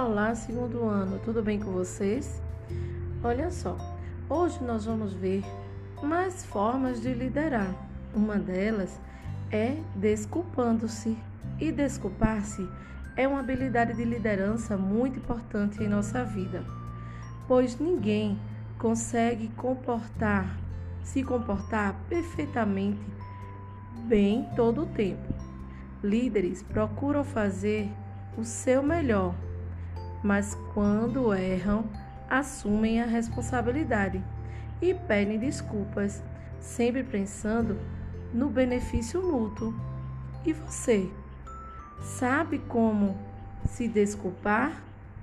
Olá, segundo ano, tudo bem com vocês? Olha só, hoje nós vamos ver mais formas de liderar. Uma delas é desculpando-se. E desculpar-se é uma habilidade de liderança muito importante em nossa vida, pois ninguém consegue se comportar perfeitamente bem todo o tempo. Líderes procuram fazer o seu melhor, mas quando erram, assumem a responsabilidade e pedem desculpas, sempre pensando no benefício mútuo. E você, sabe como se desculpar?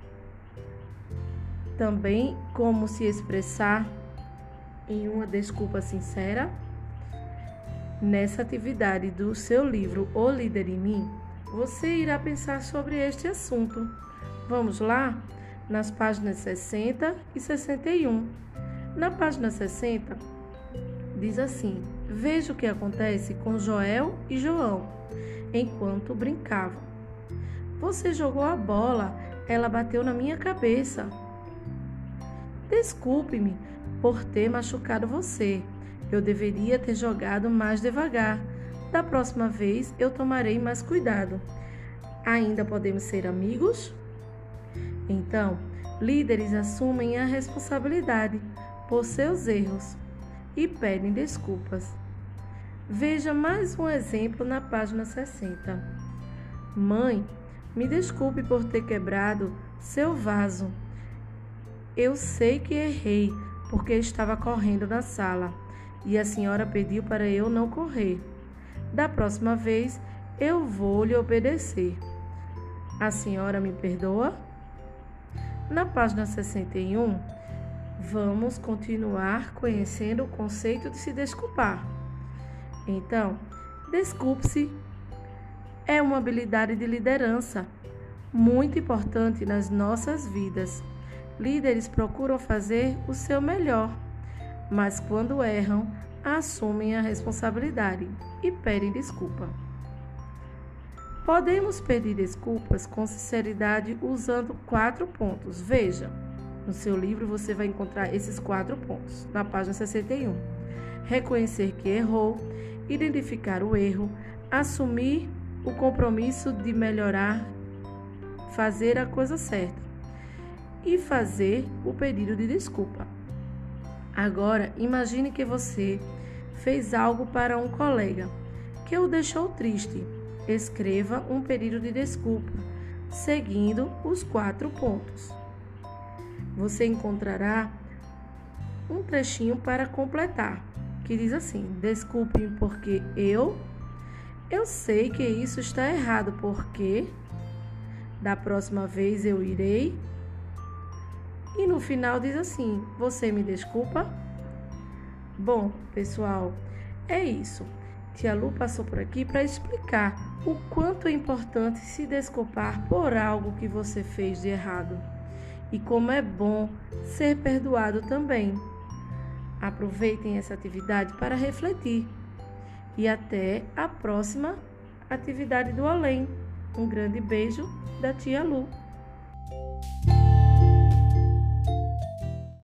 Também como se expressar em uma desculpa sincera? Nessa atividade do seu livro O Líder em Mim, você irá pensar sobre este assunto. Vamos lá? Nas páginas 60 e 61. Na página 60, diz assim: veja o que acontece com Joel e João enquanto brincavam. Você jogou a bola, ela bateu na minha cabeça. Desculpe-me por ter machucado você. Eu deveria ter jogado mais devagar. Da próxima vez eu tomarei mais cuidado. Ainda podemos ser amigos? Então, líderes assumem a responsabilidade por seus erros e pedem desculpas. Veja mais um exemplo na página 60. Mãe, me desculpe por ter quebrado seu vaso. Eu sei que errei porque estava correndo na sala e a senhora pediu para eu não correr. Da próxima vez, eu vou lhe obedecer. A senhora me perdoa? Na página 61, vamos continuar conhecendo o conceito de se desculpar. Então, desculpe-se é uma habilidade de liderança muito importante nas nossas vidas. Líderes procuram fazer o seu melhor, mas quando erram, assumem a responsabilidade e pedem desculpa. Podemos pedir desculpas com sinceridade usando 4 pontos. Veja, no seu livro você vai encontrar esses 4 pontos, na página 61. Reconhecer que errou, identificar o erro, assumir o compromisso de melhorar, fazer a coisa certa e fazer o pedido de desculpa. Agora, imagine que você fez algo para um colega que o deixou triste. Escreva um pedido de desculpa, seguindo os 4 pontos. Você encontrará um trechinho para completar, que diz assim: desculpe-me porque eu sei que isso está errado, porque da próxima vez eu irei. E no final diz assim: você me desculpa? Bom, pessoal, é isso. Tia Lu passou por aqui para explicar o quanto é importante se desculpar por algo que você fez de errado e como é bom ser perdoado também. Aproveitem essa atividade para refletir e até a próxima atividade do Além. Um grande beijo da Tia Lu.